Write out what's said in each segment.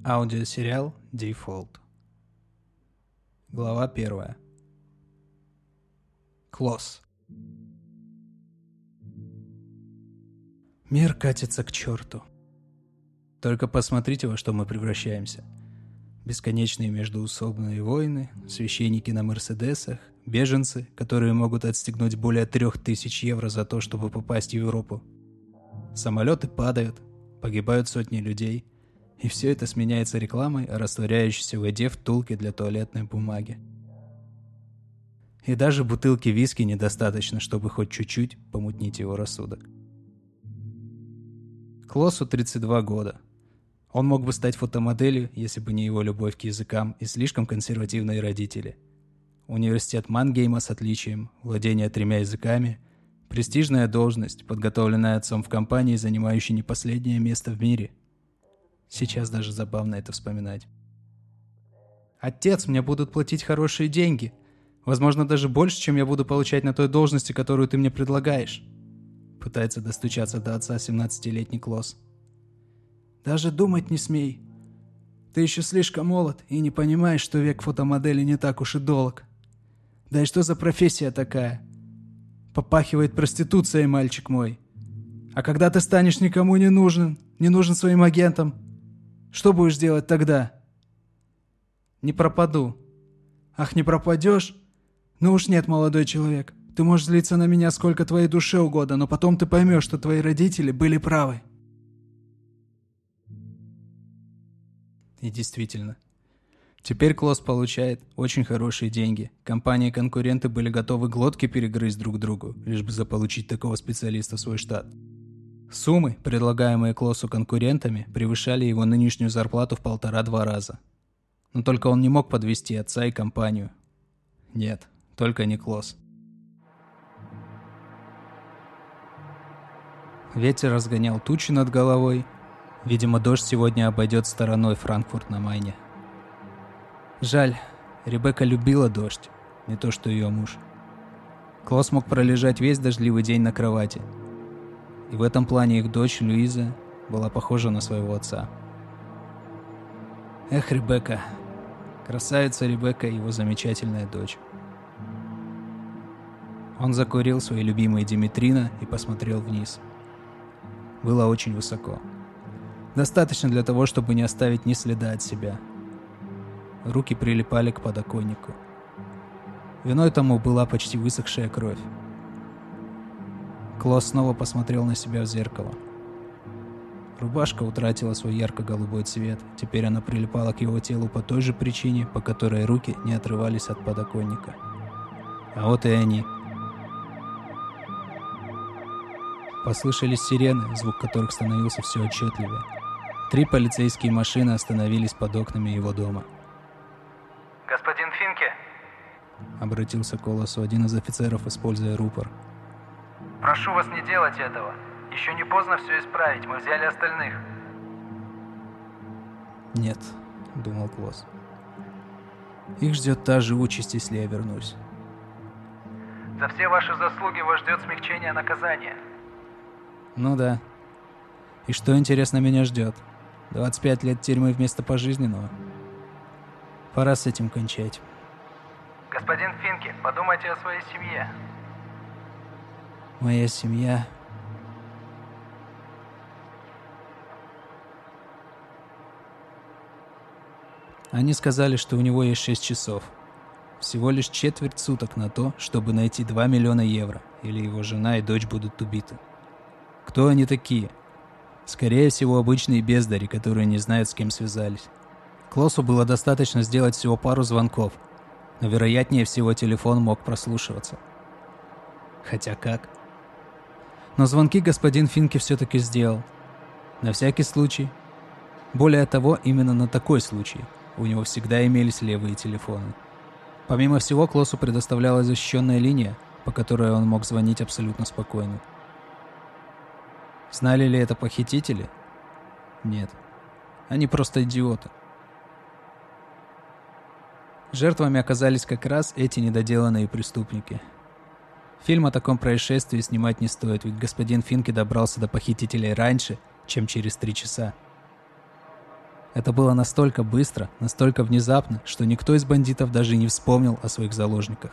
Аудиосериал «Дефолт». Глава 1. Клосс. Мир катится к черту. Только посмотрите, во что мы превращаемся. Бесконечные междоусобные войны, священники на мерседесах, беженцы, которые могут отстегнуть более 3000 евро за то, чтобы попасть в Европу. Самолеты падают, погибают сотни людей, и все это сменяется рекламой о растворяющейся в воде втулке для туалетной бумаги. И даже бутылки виски недостаточно, чтобы хоть чуть-чуть помутнить его рассудок. Клоссу 32 года. Он мог бы стать фотомоделью, если бы не его любовь к языкам и слишком консервативные родители. Университет Мангейма с отличием, владение 3 языками, престижная должность, подготовленная отцом в компании, занимающей не последнее место в мире. Сейчас даже забавно это вспоминать. «Отец, мне будут платить хорошие деньги. Возможно, даже больше, чем я буду получать на той должности, которую ты мне предлагаешь», пытается достучаться до отца 17-летний Клосс. «Даже думать не смей. Ты еще слишком молод и не понимаешь, что век фотомодели не так уж и долг. Да и что за профессия такая? Попахивает проституцией, мальчик мой. А когда ты станешь никому не нужен своим агентам, что будешь делать тогда?» «Не пропаду». «Ах, не пропадешь? Ну уж нет, молодой человек. Ты можешь злиться на меня сколько твоей душе угодно, но потом ты поймешь, что твои родители были правы». И действительно. Теперь Клосс получает очень хорошие деньги. Компании-конкуренты были готовы глотки перегрызть друг другу, лишь бы заполучить такого специалиста в свой штат. Суммы, предлагаемые Клоссу конкурентами, превышали его нынешнюю зарплату в 1,5-2 раза. Но только он не мог подвести отца и компанию. Нет, только не Клосс. Ветер разгонял тучи над головой. Видимо, дождь сегодня обойдет стороной Франкфурт на Майне. Жаль, Ребекка любила дождь, не то что ее муж. Клосс мог пролежать весь дождливый день на кровати. И в этом плане их дочь Луиза была похожа на своего отца. Эх, Ребекка. Красавица Ребекка и его замечательная дочь. Он закурил свои любимые Димитрина и посмотрел вниз. Было очень высоко. Достаточно для того, чтобы не оставить ни следа от себя. Руки прилипали к подоконнику. Виной тому была почти высохшая кровь. Клосс снова посмотрел на себя в зеркало. Рубашка утратила свой ярко-голубой цвет. Теперь она прилипала к его телу по той же причине, по которой руки не отрывались от подоконника. А вот и они. Послышались сирены, звук которых становился все отчетливее. 3 полицейские машины остановились под окнами его дома. «Господин Финке?» — обратился к Колоссу один из офицеров, используя рупор. «Прошу вас не делать этого. Еще не поздно все исправить, мы взяли остальных». «Нет», — думал Клосс. «Их ждет та же участь, если я вернусь». «За все ваши заслуги вас ждет смягчение наказания». «Ну да. И что, интересно, меня ждет? 25 лет тюрьмы вместо пожизненного? Пора с этим кончать». «Господин Финке, подумайте о своей семье». «Моя семья...» Они сказали, что у него есть 6 часов. Всего лишь четверть суток на то, чтобы найти 2 миллиона евро, или его жена и дочь будут убиты. Кто они такие? Скорее всего, обычные бездари, которые не знают, с кем связались. Клоссу было достаточно сделать всего пару звонков, но вероятнее всего телефон мог прослушиваться. Хотя как? Но звонки господин Финке все-таки сделал. На всякий случай. Более того, именно на такой случай у него всегда имелись левые телефоны. Помимо всего, Клоссу предоставлялась защищенная линия, по которой он мог звонить абсолютно спокойно. Знали ли это похитители? Нет. Они просто идиоты. Жертвами оказались как раз эти недоделанные преступники. Фильм о таком происшествии снимать не стоит, ведь господин Финке добрался до похитителей раньше, чем через 3 часа. Это было настолько быстро, настолько внезапно, что никто из бандитов даже не вспомнил о своих заложниках.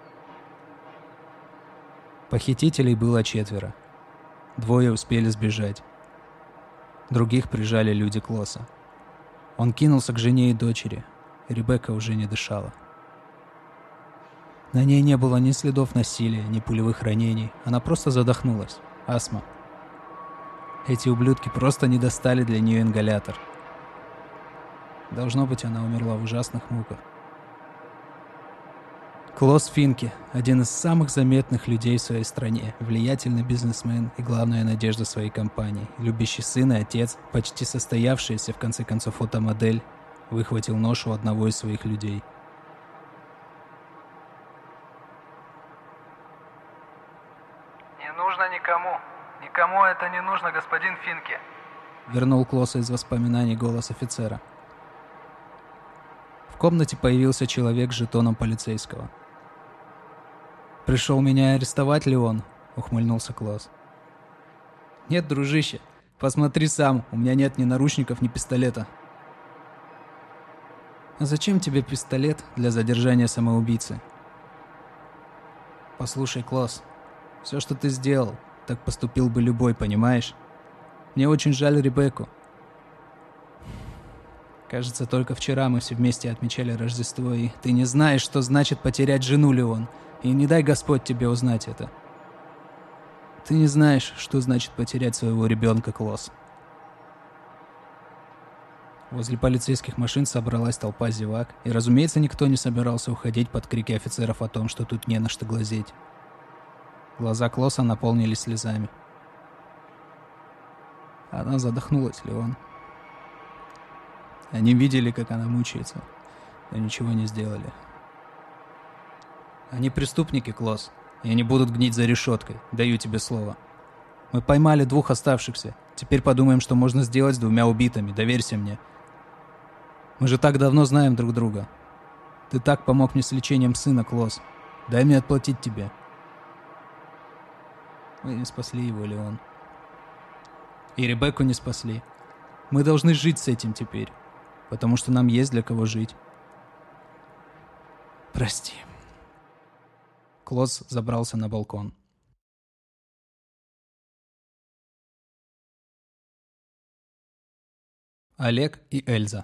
Похитителей было 4. 2 успели сбежать. Других прижали люди Клосса. Он кинулся к жене и дочери. Ребекка уже не дышала. На ней не было ни следов насилия, ни пулевых ранений. Она просто задохнулась. Астма. Эти ублюдки просто не достали для нее ингалятор. Должно быть, она умерла в ужасных муках. Клосс Финке – один из самых заметных людей в своей стране, влиятельный бизнесмен и главная надежда своей компании, любящий сын и отец, почти состоявшийся в конце концов фотомодель, выхватил нож у одного из своих людей. «Не нужно никому. Никому это не нужно, господин Финке», — вернул Клосса из воспоминаний голос офицера. В комнате появился человек с жетоном полицейского. «Пришел меня арестовать ли он?» — ухмыльнулся Клосс. «Нет, дружище, посмотри сам, у меня нет ни наручников, ни пистолета». «А зачем тебе пистолет для задержания самоубийцы?» «Послушай, Клосс, все, что ты сделал, так поступил бы любой, понимаешь? Мне очень жаль Ребекку. Кажется, только вчера мы все вместе отмечали Рождество, и ты не знаешь, что значит потерять жену, Леон. И не дай Господь тебе узнать это. Ты не знаешь, что значит потерять своего ребенка, Клосс». Возле полицейских машин собралась толпа зевак, и, разумеется, никто не собирался уходить под крики офицеров о том, что тут не на что глазеть. Глаза Клосса наполнились слезами. Она задохнулась, Леон. Они видели, как она мучается, но ничего не сделали. Они преступники, Клосс, и они будут гнить за решеткой, даю тебе слово. Мы поймали 2 оставшихся, теперь подумаем, что можно сделать с 2 убитыми, доверься мне. Мы же так давно знаем друг друга. Ты так помог мне с лечением сына, Клосс. Дай мне отплатить тебе. Мы не спасли его, Леон. И Ребекку не спасли. Мы должны жить с этим теперь, потому что нам есть для кого жить. Прости. Клосс забрался на балкон. Олег и Эльза.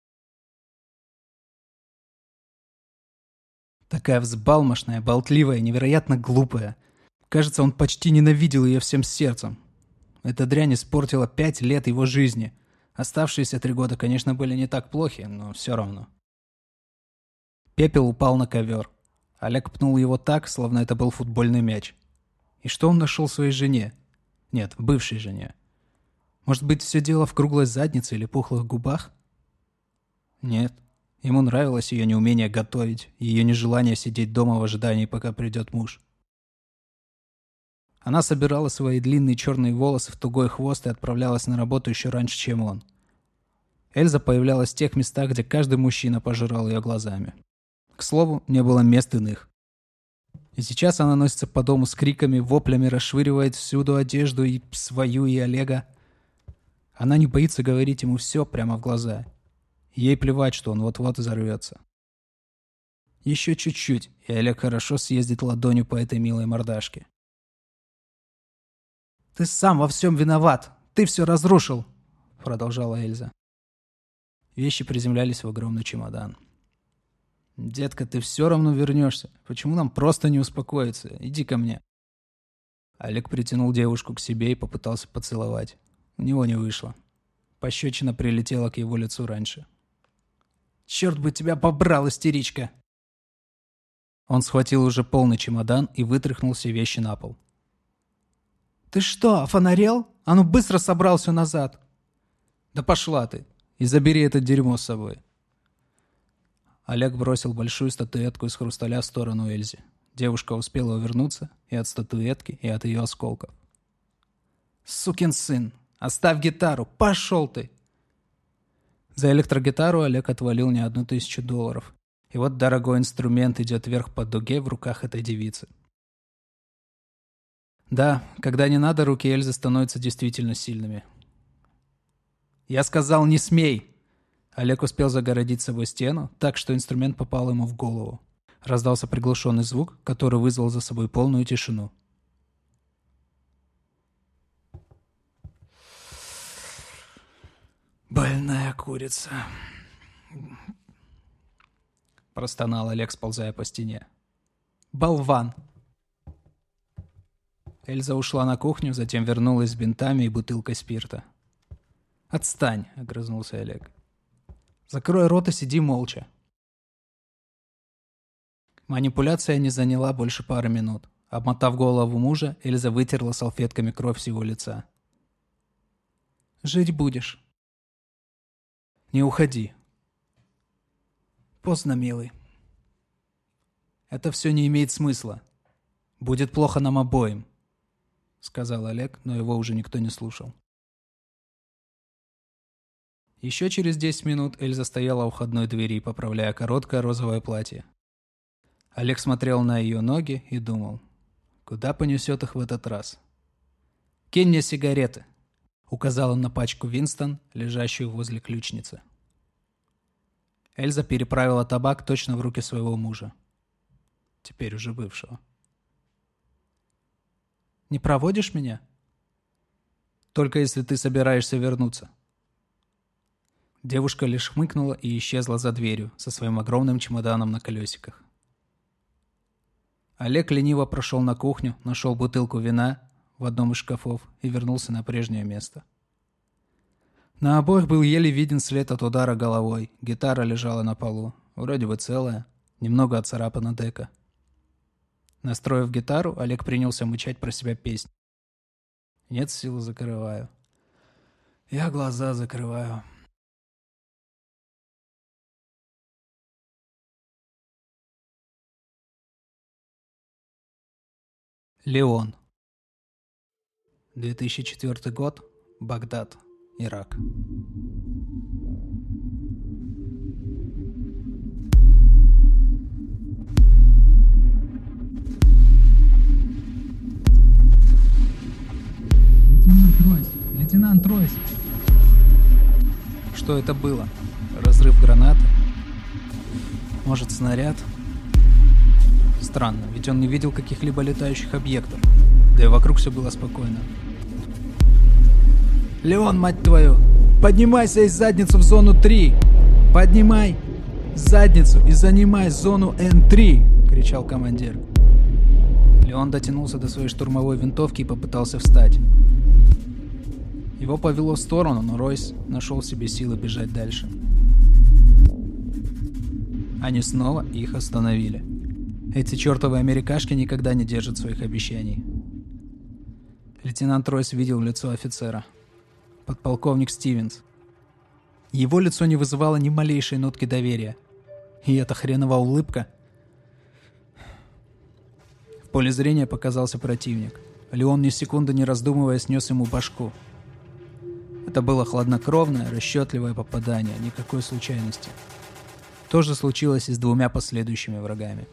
Такая взбалмошная, болтливая, невероятно глупая. Кажется, он почти ненавидел ее всем сердцем. Эта дрянь испортила 5 лет его жизни. Оставшиеся 3 года, конечно, были не так плохи, но все равно. Пепел упал на ковер. Олег пнул его так, словно это был футбольный мяч. И что он нашел в своей жене? Нет, в бывшей жене. Может быть, все дело в круглой заднице или пухлых губах? Нет. Ему нравилось ее неумение готовить, ее нежелание сидеть дома в ожидании, пока придет муж. Она собирала свои длинные черные волосы в тугой хвост и отправлялась на работу еще раньше, чем он. Эльза появлялась в тех местах, где каждый мужчина пожирал ее глазами. К слову, не было мест иных. И сейчас она носится по дому с криками, воплями, расшвыривает всюду одежду, и свою, и Олега. Она не боится говорить ему все прямо в глаза. Ей плевать, что он вот-вот взорвется. Еще чуть-чуть, и Олег хорошо съездит ладонью по этой милой мордашке. «Ты сам во всем виноват! Ты все разрушил!» — продолжала Эльза. Вещи приземлялись в огромный чемодан. «Детка, ты все равно вернешься. Почему нам просто не успокоиться? Иди ко мне». Олег притянул девушку к себе и попытался поцеловать. У него не вышло. Пощечина прилетела к его лицу раньше. «Черт бы тебя побрал, истеричка!» Он схватил уже полный чемодан и вытряхнул все вещи на пол. «Ты что, офонарел? А ну быстро собрал все назад!» «Да пошла ты! И забери это дерьмо с собой!» Олег бросил большую статуэтку из хрусталя в сторону Эльзи. Девушка успела увернуться и от статуэтки, и от ее осколков. «Сукин сын! Оставь гитару! Пошел ты!» За электрогитару Олег отвалил не $1000. И вот дорогой инструмент идет вверх по дуге в руках этой девицы. Да, когда не надо, руки Эльзы становятся действительно сильными. «Я сказал, не смей!» Олег успел загородить с собой стену так, что инструмент попал ему в голову. Раздался приглушенный звук, который вызвал за собой полную тишину. «Больная курица», — простонал Олег, сползая по стене. «Болван!» Эльза ушла на кухню, затем вернулась с бинтами и бутылкой спирта. «Отстань!» — огрызнулся Олег. «Закрой рот и сиди молча». Манипуляция не заняла больше пары минут. Обмотав голову мужа, Эльза вытерла салфетками кровь с его лица. «Жить будешь». «Не уходи». «Поздно, милый. Это все не имеет смысла. Будет плохо нам обоим», — сказал Олег, но его уже никто не слушал. Еще через 10 минут Эльза стояла у входной двери, поправляя короткое розовое платье. Олег смотрел на ее ноги и думал, куда понесет их в этот раз. «Кинь мне сигареты», — указал он на пачку Винстон, лежащую возле ключницы. Эльза переправила табак точно в руки своего мужа. Теперь уже бывшего. «Не проводишь меня?» «Только если ты собираешься вернуться». Девушка лишь хмыкнула и исчезла за дверью со своим огромным чемоданом на колесиках. Олег лениво прошел на кухню, нашел бутылку вина в одном из шкафов и вернулся на прежнее место. На обоих был еле виден след от удара головой. Гитара лежала на полу, вроде бы целая, немного отцарапана дека. Настроив гитару, Олег принялся мычать про себя песню. «Нет сил, закрываю. Я глаза закрываю». Леон. 2004 год. Багдад, Ирак. Лейтенант Ройс! Что это было? Разрыв гранаты? Может, снаряд? Странно, ведь он не видел каких-либо летающих объектов. Да и вокруг все было спокойно. «Леон, мать твою! Поднимайся и задницу в зону 3! Поднимай задницу и занимай зону Н3!» — кричал командир. Леон дотянулся до своей штурмовой винтовки и попытался встать. Его повело в сторону, но Ройс нашел в себе силы бежать дальше. Они снова их остановили. Эти чертовы америкашки никогда не держат своих обещаний. Лейтенант Ройс видел лицо офицера. Подполковник Стивенс. Его лицо не вызывало ни малейшей нотки доверия. И эта хреновая улыбка. В поле зрения показался противник. Леон ни секунды не раздумывая снес ему башку. Это было хладнокровное, расчетливое попадание, никакой случайности. То же случилось и с двумя последующими врагами.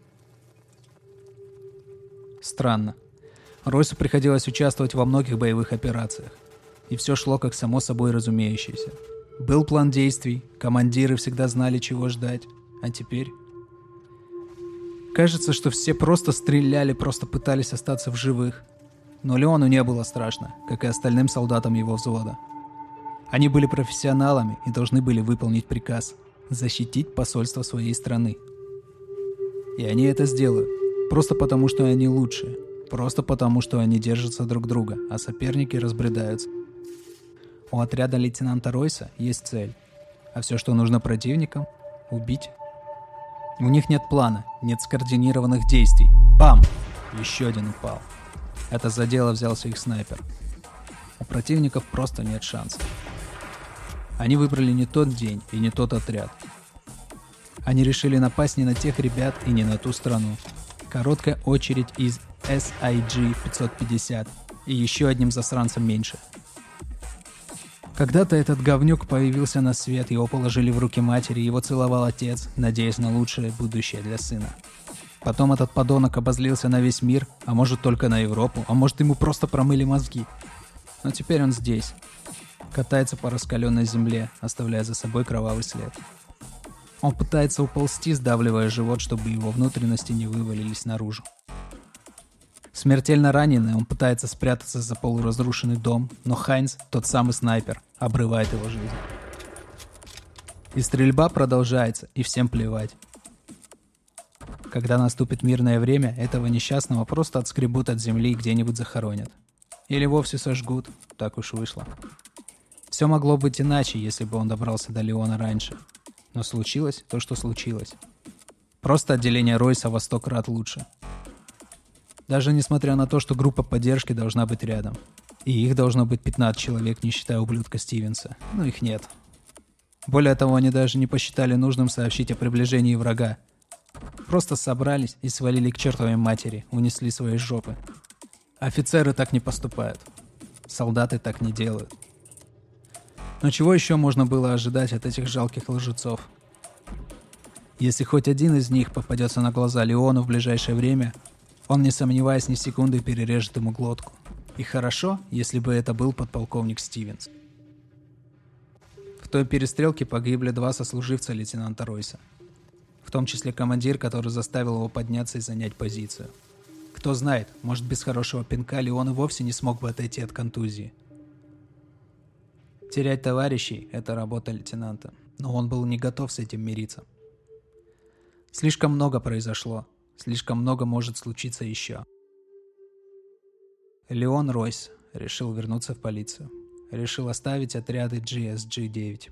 Странно. Ройсу приходилось участвовать во многих боевых операциях. И все шло как само собой разумеющееся. Был план действий, командиры всегда знали, чего ждать. А теперь... Кажется, что все просто стреляли, просто пытались остаться в живых. Но Леону не было страшно, как и остальным солдатам его взвода. Они были профессионалами и должны были выполнить приказ – защитить посольство своей страны. И они это сделают. Просто потому, что они лучшие. Просто потому, что они держатся друг друга, а соперники разбредаются. У отряда лейтенанта Ройса есть цель. А все, что нужно противникам – убить. У них нет плана, нет скоординированных действий. Бам! Еще один упал. Это за дело взялся их снайпер. У противников просто нет шансов. Они выбрали не тот день и не тот отряд. Они решили напасть не на тех ребят и не на ту страну. Короткая очередь из SIG-550 и еще одним засранцем меньше. Когда-то этот говнюк появился на свет, его положили в руки матери, его целовал отец, надеясь на лучшее будущее для сына. Потом этот подонок обозлился на весь мир, а может только на Европу, а может ему просто промыли мозги. Но теперь он здесь. Катается по раскаленной земле, оставляя за собой кровавый след. Он пытается уползти, сдавливая живот, чтобы его внутренности не вывалились наружу. Смертельно раненый, он пытается спрятаться за полуразрушенный дом, но Хайнц, тот самый снайпер, обрывает его жизнь. И стрельба продолжается, и всем плевать. Когда наступит мирное время, этого несчастного просто отскребут от земли и где-нибудь захоронят. Или вовсе сожгут, так уж вышло. Все могло быть иначе, если бы он добрался до Леона раньше. Но случилось то, что случилось. Просто отделение Ройса во 100 крат лучше. Даже несмотря на то, что группа поддержки должна быть рядом. И их должно быть 15 человек, не считая ублюдка Стивенса. Но их нет. Более того, они даже не посчитали нужным сообщить о приближении врага. Просто собрались и свалили к чертовой матери, унесли свои жопы. Офицеры так не поступают. Солдаты так не делают. Но чего еще можно было ожидать от этих жалких лжецов? Если хоть один из них попадется на глаза Леону в ближайшее время, он, не сомневаясь ни секунды, перережет ему глотку. И хорошо, если бы это был подполковник Стивенс. В той перестрелке погибли 2 сослуживца лейтенанта Ройса. В том числе командир, который заставил его подняться и занять позицию. Кто знает, может, без хорошего пинка Леон и вовсе не смог бы отойти от контузии. Терять товарищей – это работа лейтенанта, но он был не готов с этим мириться. Слишком много произошло, слишком много может случиться еще. Леон Ройс решил вернуться в полицию, решил оставить отряды GSG-9.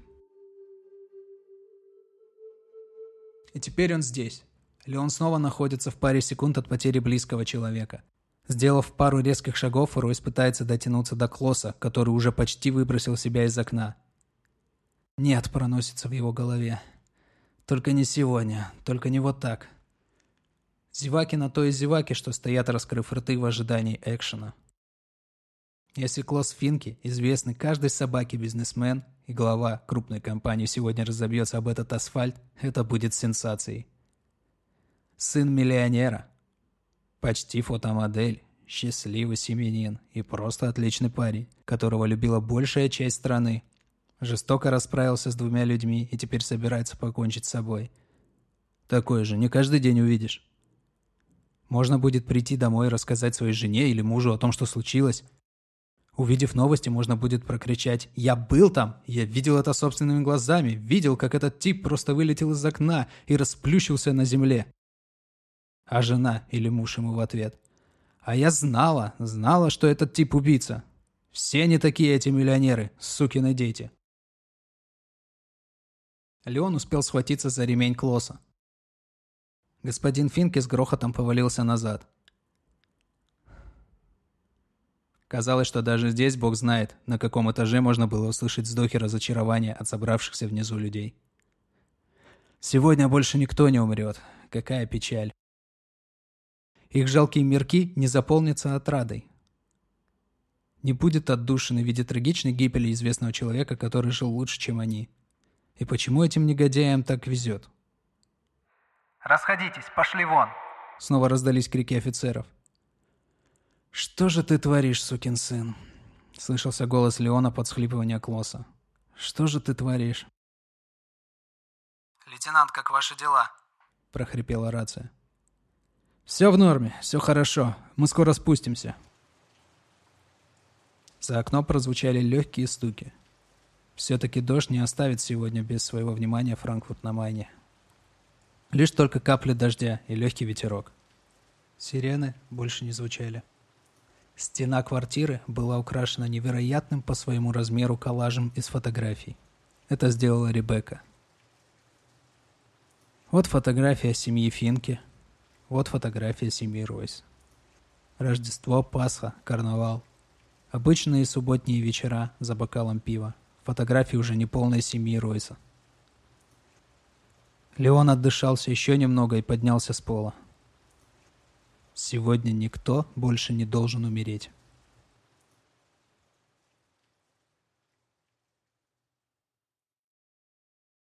И теперь он здесь. Леон снова находится в паре секунд от потери близкого человека. Сделав пару резких шагов, Ройс пытается дотянуться до Клосса, который уже почти выбросил себя из окна. «Нет», — проносится в его голове. «Только не сегодня, только не вот так». Зеваки на то и зеваки, что стоят, раскрыв рты в ожидании экшена. Если Клосс Финки, известный каждой собаке бизнесмен и глава крупной компании, сегодня разобьется об этот асфальт, это будет сенсацией. Сын миллионера. Почти фотомодель, счастливый семьянин и просто отличный парень, которого любила большая часть страны. Жестоко расправился с 2 людьми и теперь собирается покончить с собой. Такое же не каждый день увидишь. Можно будет прийти домой и рассказать своей жене или мужу о том, что случилось. Увидев новости, можно будет прокричать: «Я был там! Я видел это собственными глазами! Видел, как этот тип просто вылетел из окна и расплющился на земле!» А жена или муж ему в ответ: «А я знала, что этот тип убийца. Все они такие, эти миллионеры, сукины дети». Леон успел схватиться за ремень Клосса. Господин Финки с грохотом повалился назад. Казалось, что даже здесь Бог знает, на каком этаже можно было услышать вздохи разочарования от собравшихся внизу людей. Сегодня больше никто не умрет. Какая печаль. Их жалкие мирки не заполнятся отрадой. Не будет отдушины в виде трагичной гибели известного человека, который жил лучше, чем они. И почему этим негодяям так везет? «Расходитесь, пошли вон!» Снова раздались крики офицеров. «Что же ты творишь, сукин сын?» Слышался голос Леона под схлипывание Клосса. «Что же ты творишь?» «Лейтенант, как ваши дела?» Прохрипела рация. «Все в норме, все хорошо. Мы скоро спустимся». За окном прозвучали легкие стуки. Все-таки дождь не оставит сегодня без своего внимания Франкфурт на Майне. Лишь только капли дождя и легкий ветерок. Сирены больше не звучали. Стена квартиры была украшена невероятным по своему размеру коллажем из фотографий. Это сделала Ребекка. Вот фотография семьи Финки. Вот фотография семьи Ройс. Рождество, Пасха, карнавал. Обычные субботние вечера за бокалом пива. Фотографии уже неполной семьи Ройса. Леон отдышался еще немного и поднялся с пола. Сегодня никто больше не должен умереть.